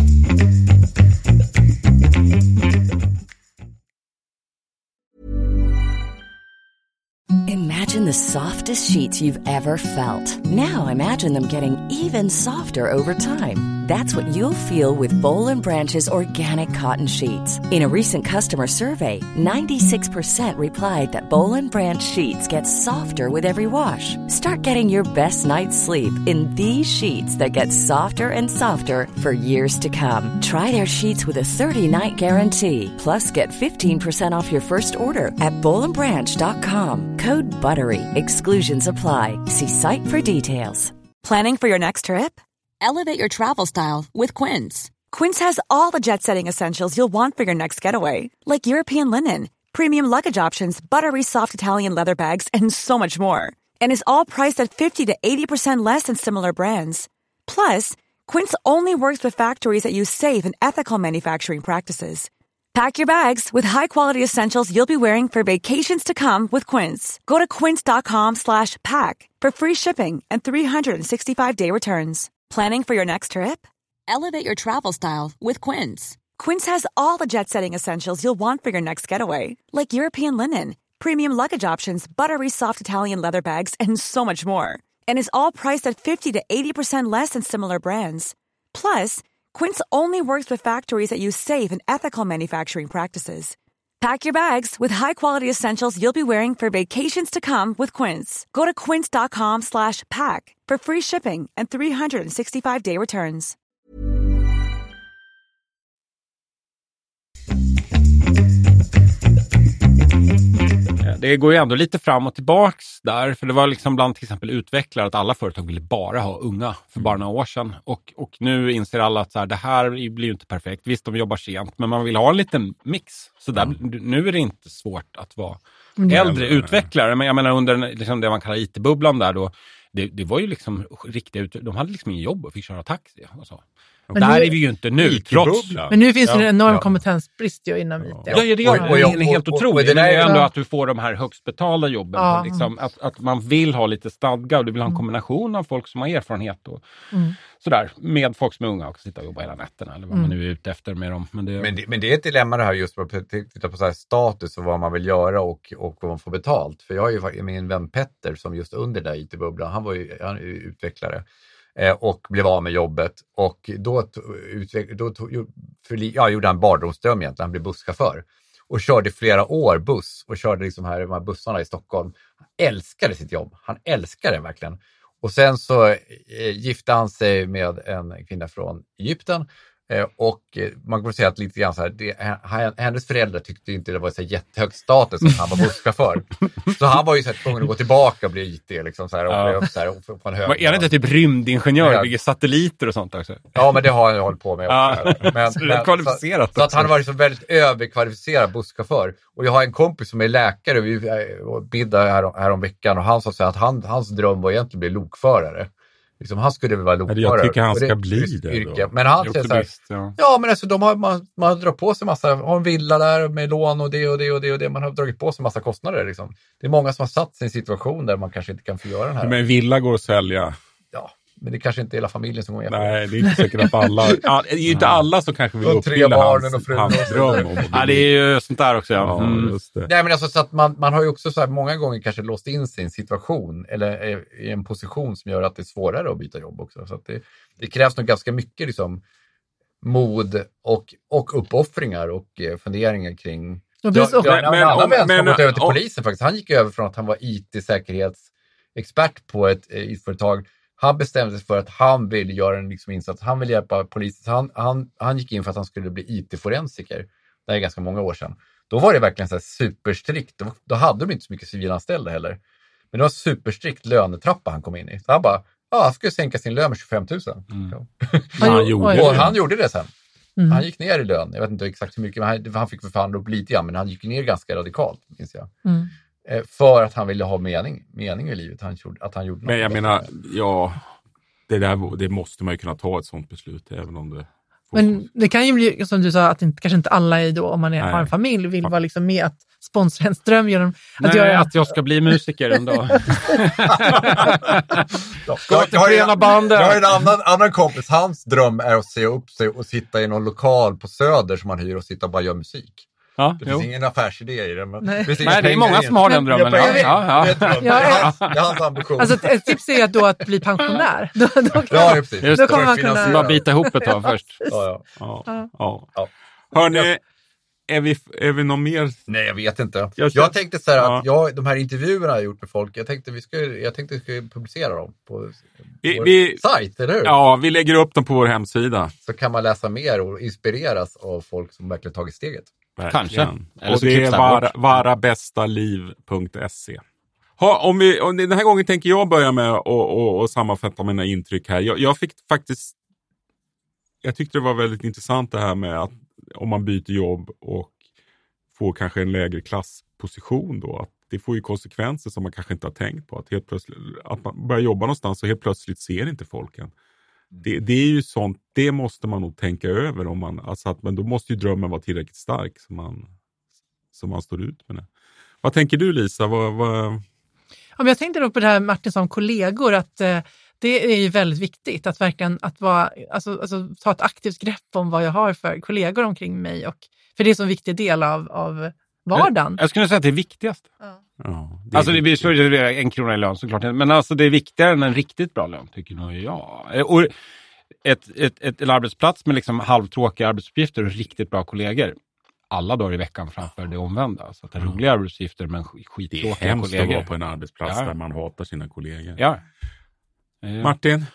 Imagine the softest sheets you've ever felt. Now imagine them getting even softer over time. That's what you'll feel with Boll and Branch's organic cotton sheets. In a recent customer survey, ninety-six percent replied that Boll and Branch sheets get softer with every wash. Start getting your best night's sleep in these sheets that get softer and softer for years to come. Try their sheets with a thirty-night guarantee. Plus, get fifteen percent off your first order at boll and branch dot com. Code BUTTERY. Exclusions apply. See site for details. Planning for your next trip? Elevate your travel style with Quince. Quince has all the jet-setting essentials you'll want for your next getaway, like European linen, premium luggage options, buttery soft Italian leather bags, and so much more. And is all priced at fifty to eighty percent less than similar brands. Plus, Quince only works with factories that use safe and ethical manufacturing practices. Pack your bags with high-quality essentials you'll be wearing for vacations to come with Quince. Go to quince dot com slash pack for free shipping and three sixty-five day returns. Planning for your next trip? Elevate your travel style with Quince. Quince has all the jet-setting essentials you'll want for your next getaway, like European linen, premium luggage options, buttery soft Italian leather bags, and so much more. And is all priced at fifty to eighty percent less than similar brands. Plus, Quince only works with factories that use safe and ethical manufacturing practices. Pack your bags with high-quality essentials you'll be wearing for vacations to come with Quince. Go to quince dot com slash pack for free shipping and three sixty-five day returns. det går ju ändå lite fram och tillbaks där. För det var liksom bland till exempel utvecklare att alla företag ville bara ha unga för bara några år sedan. Och, och nu inser alla att så här, det här blir ju inte perfekt. Visst, de jobbar sent, men man vill ha en liten mix. Så där, mm. nu är det inte svårt att vara äldre mm. utvecklare. Men jag menar under liksom det man kallar I T-bubblan där då. Det, det var ju liksom riktiga ut. De hade liksom ingen jobb och fick köra taxi och så. Men där nu, är vi ju inte nu, trots. Men nu finns det ja, en enorm ja. kompetensbrist ju inom I T. Ja, det gör och, och, och, helt otroligt. Det är ändå att du får de här högst betalda jobben. Ja. Liksom, att, att man vill ha lite stadga och du vill ha en kombination av folk som har erfarenhet och mm. sådär. Med folk som är unga och sitter och jobbar hela nätterna. Eller vad mm. man nu är ute efter med dem. Men det, men det, men det är ett dilemma det här just att titta på så här status och vad man vill göra och, och vad man får betalt. För jag har ju min vän Petter som just under där I T-bubblan, han var ju han är utvecklare. Och blev av med jobbet. Och då, då tog, för, ja, gjorde han barndomsdröm egentligen. Han blev busschaufför. Och körde flera år buss. Och körde liksom här de här bussarna i Stockholm. Han älskade sitt jobb. Han älskade det verkligen. Och sen så eh, gifte han sig med en kvinna från Egypten. Eh, och man kan säga att lite grann så här, det, hennes föräldrar tyckte inte det var så jättehög status att han var busschaufför. Så han var ju så här tvungen att gå tillbaka och bli I T liksom så här, och ja. upp så här och på en hög. Är det inte typ rymdingenjör, ja. bygger satelliter och sånt också? Ja, men det har han hållit på med också. Ja. Men, så, men, kvalificerat så, så att han var liksom väldigt överkvalificerad busschaufför. Och jag har en kompis som är läkare och vi biddade här, här om veckan och han sa så här att han, hans dröm var egentligen att bli lokförare. Liksom, han skulle väl vara lokförare. Jag tycker han ska det, bli det då. Men han säger så här, visst, ja. ja men alltså de har, man, man drar på sig massa, har en villa där med lån och det och det och det och det. Man har dragit på sig massa kostnader liksom. Det är många som har satt sig i en situation där man kanske inte kan få göra den här. Men villa går att sälja. Ja, men det kanske inte är hela familjen som går med. Nej, det är inte säkert att alla, ja, det är ju inte alla som kanske vill uppfylla hans, hans dröm. Ja, det är ju sånt där också. Ja. Mm. Just det. Nej, men alltså så att man, man har ju också så här många gånger kanske låst in sig i en situation eller i en position som gör att det är svårare att byta jobb också. Så att det, det krävs nog ganska mycket liksom mod och, och uppoffringar och funderingar kring... Jag, jag, jag, men, en annan vän som har gått över till polisen faktiskt. Han gick över från att han var I T-säkerhetsexpert på ett I T-företag. Han bestämde sig för att han ville göra en liksom insats. Han ville hjälpa polisen. Han, han, han gick in för att han skulle bli I T-forensiker. Det är ganska många år sedan. Då var det verkligen så här superstrikt. Då, då hade de inte så mycket civilanställda heller. Men det var superstrikt lönetrappa han kom in i. Så han bara, ja, han skulle sänka sin lön med tjugofem tusen. Mm. Ja. Han, gjorde och han gjorde det sen. Mm. Han gick ner i lön. Jag vet inte exakt hur mycket, men han, han fick för fan upp lite grann. Men han gick ner ganska radikalt, minns jag. Mm. För att han ville ha mening, mening i livet. Han gjorde, att han gjorde men jag menar, ja, det, där, det måste man ju kunna ta ett sånt beslut även om det... Men det kan ju bli, som du sa, att inte, kanske inte alla är då, om man är, har en familj, vill vara liksom med att sponsra ens dröm genom att Nej, göra... att jag ska bli musiker en dag. jag, jag, jag, har en, jag har en annan, annan kompis, hans dröm är att se upp sig och sitta i någon lokal på Söder som man hyr och sitta och bara göra musik. Ja, det finns jo. ingen affärsidé i det. Men Nej, det, Nej, det är många som har den drömmen. Ja, ja, ja. Ja, det är hans, det är hans ambition. Alltså, ett tips är att då att bli pensionär. Då, då kan, ja, precis. Just då kommer man kunna... Bara bita ihop ett tag först. Ja, ja. ja. ja. ja. Hörrni, är vi, är vi någon mer? Nej, jag vet inte. Jag, jag tänkte så här ja. att jag, de här intervjuerna jag har gjort med folk, jag tänkte vi ska, jag tänkte vi ska publicera dem på vi, vår vi, sajt, eller hur? Ja, vi lägger upp dem på vår hemsida. Så kan man läsa mer och inspireras av folk som verkligen tagit steget. Kanske. Eller och det är var, varabästaliv punkt se. Ha, om vi, om den här gången tänker jag börja med att och, och, och sammanfatta mina intryck här. Jag, jag fick faktiskt, jag tyckte det var väldigt intressant det här med att om man byter jobb och får kanske en lägre klassposition då, att det får ju konsekvenser som man kanske inte har tänkt på. Att, helt plötsligt, att man börjar jobba någonstans och helt plötsligt ser inte folk än. Det, det är ju sånt, det måste man nog tänka över om man, alltså att, men då måste ju drömmen vara tillräckligt stark så man, så man står ut med det. Vad tänker du, Lisa? Vad, vad... Ja, jag tänkte då på det här, Martin, som kollegor, att eh, det är ju väldigt viktigt att verkligen att vara, alltså, alltså, ta ett aktivt grepp om vad jag har för kollegor omkring mig, och för det är så en viktig del av, av vardagen. Jag, jag skulle säga att det är viktigast. Ja. Ja, det alltså det blir så det blir en krona i lön såklart, men alltså det är viktigare än en riktigt bra lön, tycker nog jag. Och ett, ett, ett, en arbetsplats med liksom halvtråkiga arbetsuppgifter och riktigt bra kollegor alla dagar i veckan framför det omvända. Så att det är roliga arbetsuppgifter men skittråkiga kollegor. Det är hemskt att vara på en arbetsplats ja. där man hatar sina kollegor. Ja. Martin?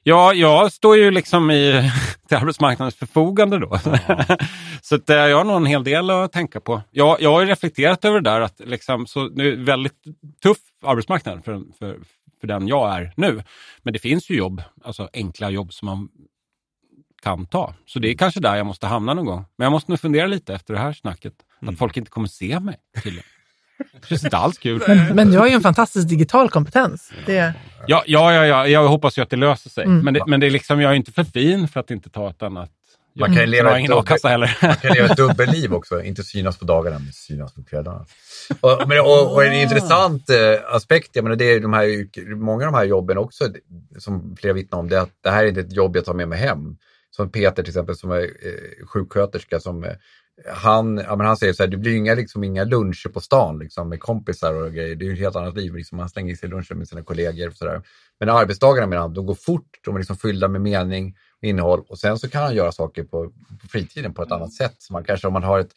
Ja, jag står ju liksom i till arbetsmarknadens förfogande då. Ja. Så att, jag har nog en hel del att tänka på. Jag, jag har ju reflekterat över det där att liksom, så, det är väldigt tuff arbetsmarknad för, för, för den jag är nu. Men det finns ju jobb, alltså enkla jobb som man kan ta. Så det är kanske där jag måste hamna någon gång. Men jag måste nog fundera lite efter det här snacket. Mm. Att folk inte kommer se mig till det. Det känns inte alls kul. Men, men du har ju en fantastisk digital kompetens. Det... Ja, ja, ja, ja, jag hoppas ju att det löser sig. Mm. Men, det, men det är liksom, jag är inte för fin för att inte ta ett annat. Man kan, mm. leva ingen a-kassa heller. Man kan leva ett dubbelliv också. Inte synas på dagarna, men synas på kvällarna. Och, men, och, och en intressant eh, aspekt, jag menar, det är de här, många av de här jobben också, som flera vittnar om, det är att det här är inte ett jobb jag tar med mig hem. Som Peter till exempel, som är eh, sjuksköterska, som eh, han, ja, men han säger så här, det blir inga, liksom, inga luncher på stan liksom, med kompisar och grejer. Det är ju ett helt annat liv. Liksom, man slänger i sig luncher med sina kollegor och sådär. Men arbetsdagarna med han, de går fort, de är liksom fyllda med mening och innehåll. Och sen så kan han göra saker på, på fritiden på ett annat sätt. Så man kanske, om man har ett,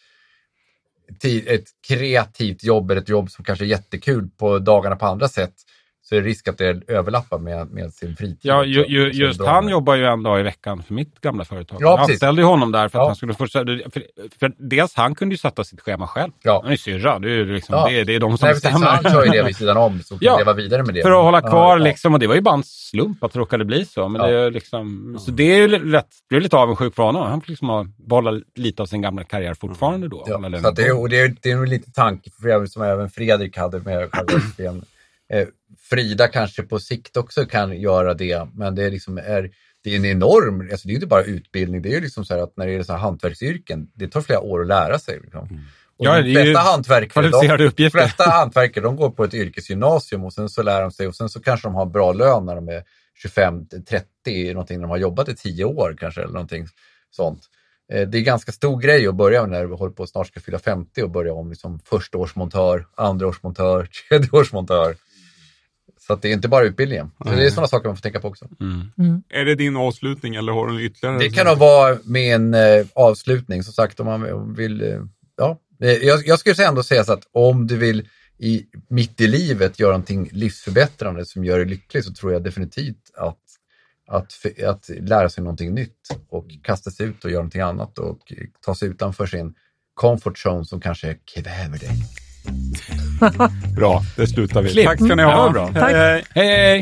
ett kreativt jobb eller ett jobb som kanske är jättekul på dagarna på andra sätt, så är det risk att det överlappar med, med sin fritid. Ja, ju, ju, just han med. Jobbar ju en dag i veckan för mitt gamla företag. Ja, jag anställde ju honom där för att ja. han skulle få... För, för dels han kunde ju sätta sitt schema själv. Ja. Han är syrra, det är, liksom, ja. det, det är de som Nej, bestämmer. Han kör ju det vid sidan om, så kan ja. leva vidare med det. För att hålla kvar ja, liksom, och det var ju bara en slump att det råkade bli så. Men ja. det är liksom, ja. Så det är ju lätt, det är lite avundsjuk för honom. Han får liksom behålla lite av sin gamla karriär fortfarande då. Ja. Så det, är, och det, är, det är nog lite tanke för som även Fredrik hade med själva Eh, Frida kanske på sikt också kan göra det, men det är liksom är, det är en enorm, alltså det är inte bara utbildning, det är ju liksom så här att när det är så här hantverksyrken, det tar flera år att lära sig liksom. Mm. Och ja, de flesta hantverkare, de, flesta hantverkare, de går på ett yrkesgymnasium och sen så lär de sig och sen så kanske de har bra lön när de är tjugofem till trettio, någonting, när de har jobbat i tio år kanske eller någonting sånt. Eh, det är ganska stor grej att börja med när vi håller på att snart ska fylla femtio och börja om liksom första årsmontör, andra årsmontör, tredje årsmontör. Så att det är inte bara utbildningen. Så det är sådana saker man får tänka på också. Mm. Mm. Är det din avslutning eller har du ytterligare? Det kan nog vara med en eh, avslutning. Som sagt, om man vill... Eh, ja. jag, jag skulle ändå säga så att om du vill i, mitt i livet göra någonting livsförbättrande som gör dig lycklig, så tror jag definitivt att, att, att lära sig någonting nytt och kasta sig ut och göra någonting annat och ta sig utanför sin comfort zone som kanske kväver dig. Bra, det slutar vi. Klipp. Tack ska ni ha. Ja, bra. Tack. Hej, hej. hej.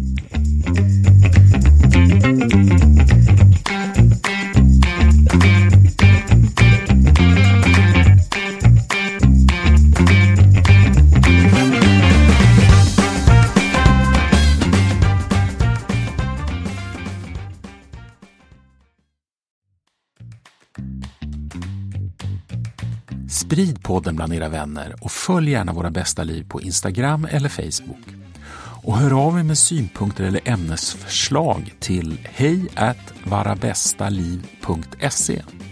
Sprid podden bland era vänner och följ gärna Våra bästa liv på Instagram eller Facebook. Och hör av er med synpunkter eller ämnesförslag till hej at varabästaliv punkt se.